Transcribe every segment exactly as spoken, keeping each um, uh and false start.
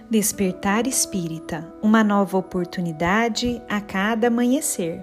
Despertar Espírita, uma nova oportunidade a cada amanhecer.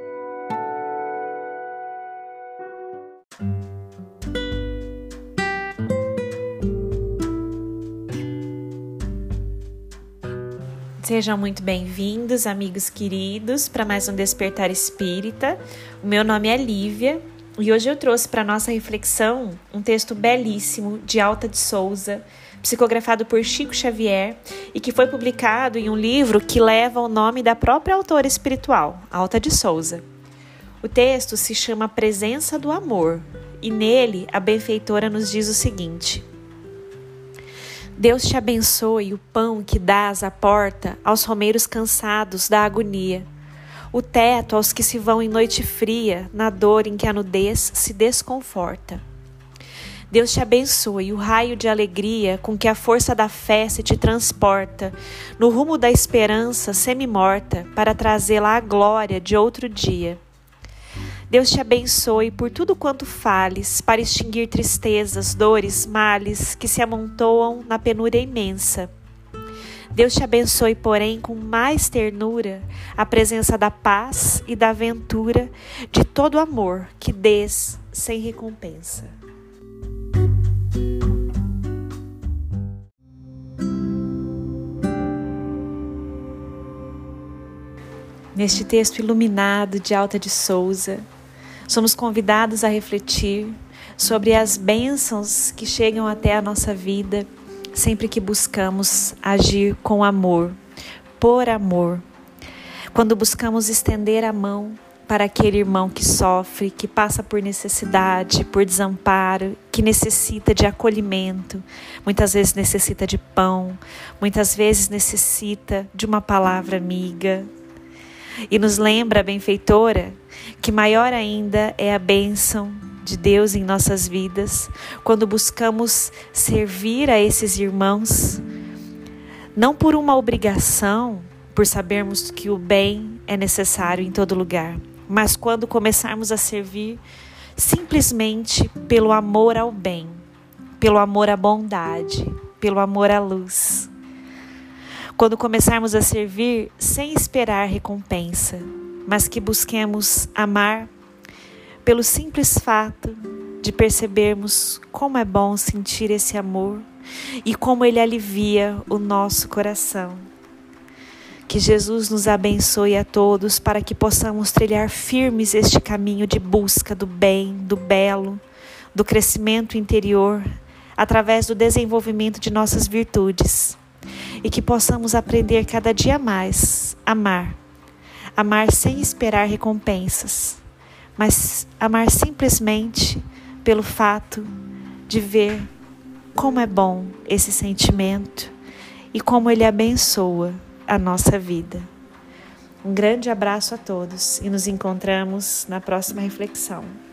Sejam muito bem-vindos, amigos queridos, para mais um Despertar Espírita. O meu nome é Lívia e hoje eu trouxe para nossa reflexão um texto belíssimo de Alta de Souza, psicografado por Chico Xavier e que foi publicado em um livro que leva o nome da própria autora espiritual, Alta de Souza. O texto se chama Presença do Amor e nele a benfeitora nos diz o seguinte: Deus te abençoe o pão que dás à porta aos romeiros cansados da agonia, o teto aos que se vão em noite fria, na dor em que a nudez se desconforta. Deus te abençoe o raio de alegria com que a força da fé se te transporta, no rumo da esperança semi-morta, para trazê-la à glória de outro dia. Deus te abençoe por tudo quanto fales, para extinguir tristezas, dores, males que se amontoam na penúria imensa. Deus te abençoe, porém, com mais ternura, a presença da paz e da ventura, de todo amor que dês sem recompensa. Neste texto iluminado de Alta de Souza, somos convidados a refletir sobre as bênçãos que chegam até a nossa vida sempre que buscamos agir com amor, por amor. Quando buscamos estender a mão para aquele irmão que sofre, que passa por necessidade, por desamparo, que necessita de acolhimento, muitas vezes necessita de pão, muitas vezes necessita de uma palavra amiga. E nos lembra a benfeitora que maior ainda é a bênção de Deus em nossas vidas quando buscamos servir a esses irmãos, não por uma obrigação, por sabermos que o bem é necessário em todo lugar, mas quando começarmos a servir simplesmente pelo amor ao bem, pelo amor à bondade, pelo amor à luz. Quando começarmos a servir sem esperar recompensa, mas que busquemos amar pelo simples fato de percebermos como é bom sentir esse amor e como ele alivia o nosso coração. Que Jesus nos abençoe a todos para que possamos trilhar firmes este caminho de busca do bem, do belo, do crescimento interior, através do desenvolvimento de nossas virtudes. E que possamos aprender cada dia mais a amar, amar sem esperar recompensas, mas amar simplesmente pelo fato de ver como é bom esse sentimento e como ele abençoa a nossa vida. Um grande abraço a todos e nos encontramos na próxima reflexão.